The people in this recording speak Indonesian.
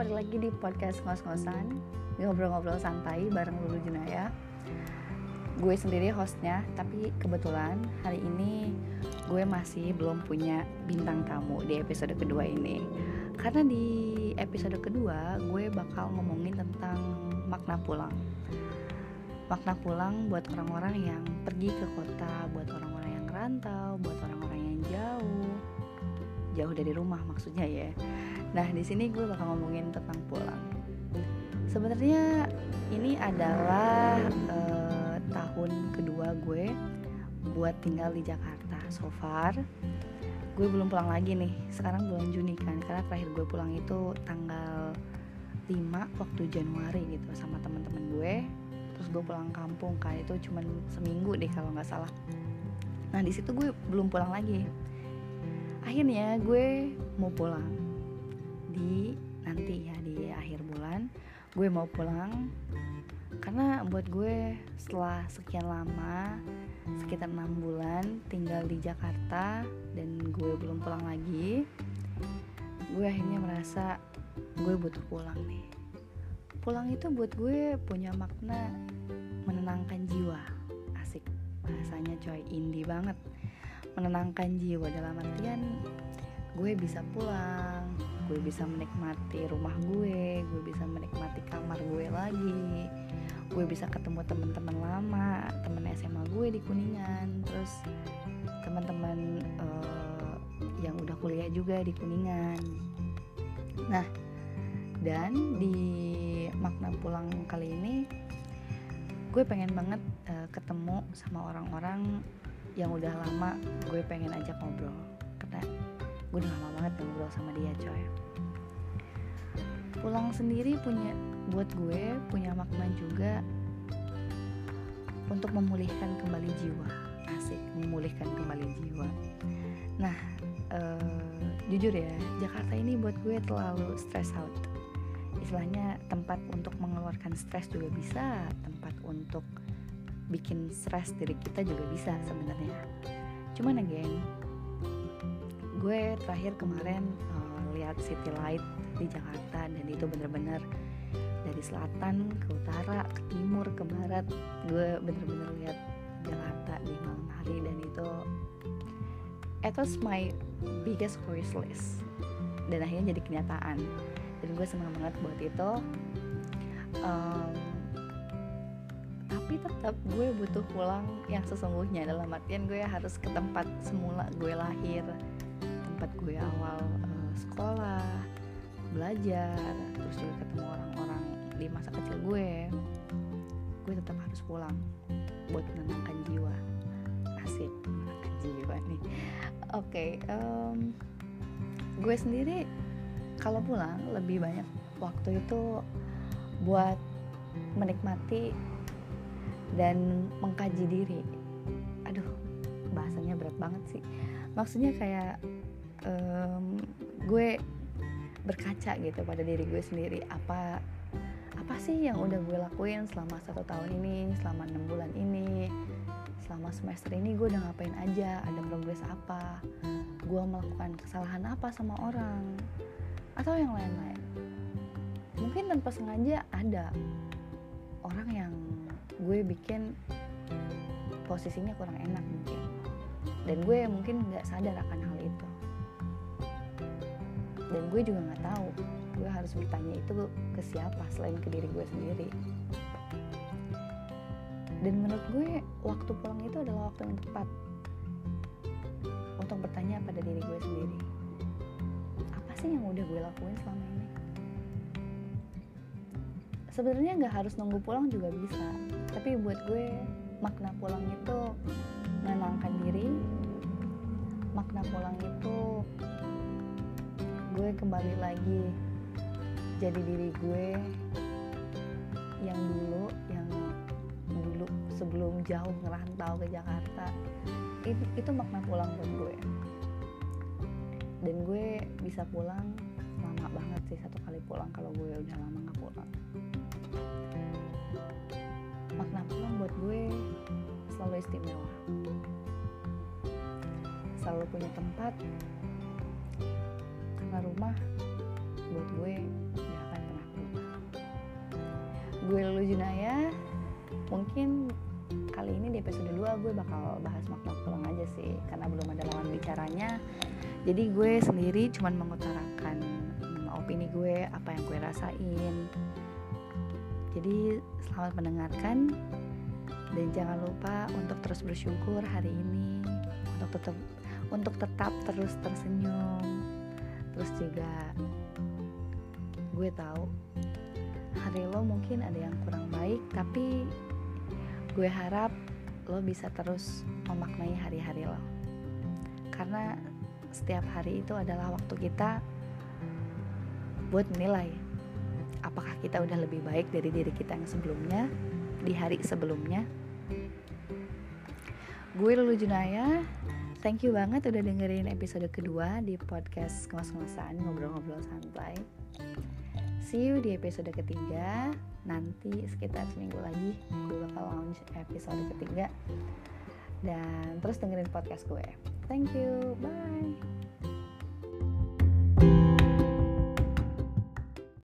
kembali lagi di podcast ngos-ngosan, ngobrol-ngobrol santai bareng Lulu Junaya. Gue sendiri hostnya, tapi kebetulan hari ini gue masih belum punya bintang tamu di episode kedua ini. Karena di episode kedua gue bakal ngomongin tentang makna pulang. Makna pulang buat orang-orang yang pergi ke kota, buat orang-orang yang rantau, buat orang-orang yang jauh dari rumah maksudnya ya. Nah, di sini gue bakal ngomongin tentang pulang. Sebenarnya ini adalah tahun kedua gue buat tinggal di Jakarta. So far gue belum pulang lagi nih. Sekarang bulan Juni kan, karena terakhir gue pulang itu tanggal 5 waktu Januari gitu sama teman-teman gue. Terus gue pulang kampung kan, itu cuman seminggu deh kalau nggak salah. Nah, di situ gue belum pulang lagi. Akhirnya gue mau pulang di akhir bulan. Gue mau pulang karena buat gue setelah sekian lama, sekitar 6 bulan tinggal di Jakarta dan gue belum pulang lagi, gue akhirnya merasa gue butuh pulang nih. Pulang itu buat gue punya makna menenangkan jiwa. Asik bahasanya coy, indie banget. Menenangkan jiwa dalam artian gue bisa pulang, gue bisa menikmati rumah gue bisa menikmati kamar gue lagi, gue bisa ketemu teman-teman lama, teman SMA gue di Kuningan, terus teman-teman yang udah kuliah juga di Kuningan. Nah, dan di makna pulang kali ini gue pengen banget ketemu sama orang-orang yang udah lama gue pengen ajak ngobrol, karena gue udah lama banget ngobrol sama dia coy. Pulang sendiri buat gue punya makna juga untuk memulihkan kembali jiwa. Asik, memulihkan kembali jiwa. Nah, jujur ya, Jakarta ini buat gue terlalu stress out. Istilahnya tempat untuk mengeluarkan stres juga bisa, tempat untuk bikin stres diri kita juga bisa sebenarnya. Cuman again, gue terakhir kemarin lihat City Light di Jakarta, dan itu bener-bener dari selatan ke utara, ke timur, ke barat, gue bener-bener lihat Jakarta di malam hari, dan it was my biggest wish list, dan akhirnya jadi kenyataan, dan gue senang banget buat itu. Tapi tetap gue butuh pulang yang sesungguhnya, dalam artian gue harus ke tempat semula gue lahir, tempat gue awal sekolah, belajar, terus juga ketemu orang-orang di masa kecil gue tetap harus pulang buat menenangkan jiwa. Asik, menenangkan jiwa nih. Oke, gue sendiri kalau pulang lebih banyak waktu itu buat menikmati dan mengkaji diri. Aduh, bahasanya berat banget sih. Maksudnya kayak gue berkaca gitu pada diri gue sendiri. Apa sih yang udah gue lakuin selama 1 tahun ini, selama 6 bulan ini, selama semester ini gue udah ngapain aja, ada progres apa, gue melakukan kesalahan apa sama orang, atau yang lain-lain. Mungkin tanpa sengaja ada orang yang gue bikin posisinya kurang enak mungkin, dan gue mungkin gak sadar akan hal itu, dan gue juga gak tahu gue harus bertanya itu ke siapa selain ke diri gue sendiri. Dan menurut gue waktu pulang itu adalah waktu yang tepat untuk bertanya pada diri gue sendiri, apa sih yang udah gue lakuin selama ini. Sebenarnya gak harus nunggu pulang juga bisa, tapi buat gue makna pulang itu menenangkan diri. Makna pulang itu gue kembali lagi jadi diri gue yang dulu sebelum jauh ngerantau ke Jakarta. Itu makna pulang buat gue. Dan gue bisa pulang lama banget sih, 1 kali pulang kalau gue udah lama gak pulang. Makna pulang buat gue selalu istimewa, selalu punya tempat, karena rumah buat gue gak akan Gue Lulu Junaya. Mungkin kali ini di episode 2 gue bakal bahas makna pulang aja sih, karena belum ada lawan bicaranya. Jadi gue sendiri cuman mengutarakan opini gue, apa yang gue rasain. Jadi selamat mendengarkan, dan jangan lupa untuk terus bersyukur hari ini, untuk tetap terus tersenyum. Terus juga gue tahu hari lo mungkin ada yang kurang baik, tapi gue harap lo bisa terus memaknai hari-hari lo, karena setiap hari itu adalah waktu kita buat menilai apakah kita udah lebih baik dari diri kita yang sebelumnya, di hari sebelumnya. Gue Lulu Junaya. Thank you banget udah dengerin episode kedua di podcast Ngos-ngosan, ngobrol-ngobrol santai. See you di episode ketiga. Nanti sekitar seminggu lagi gue bakal launch episode ketiga. Dan terus dengerin podcast gue. Thank you, bye.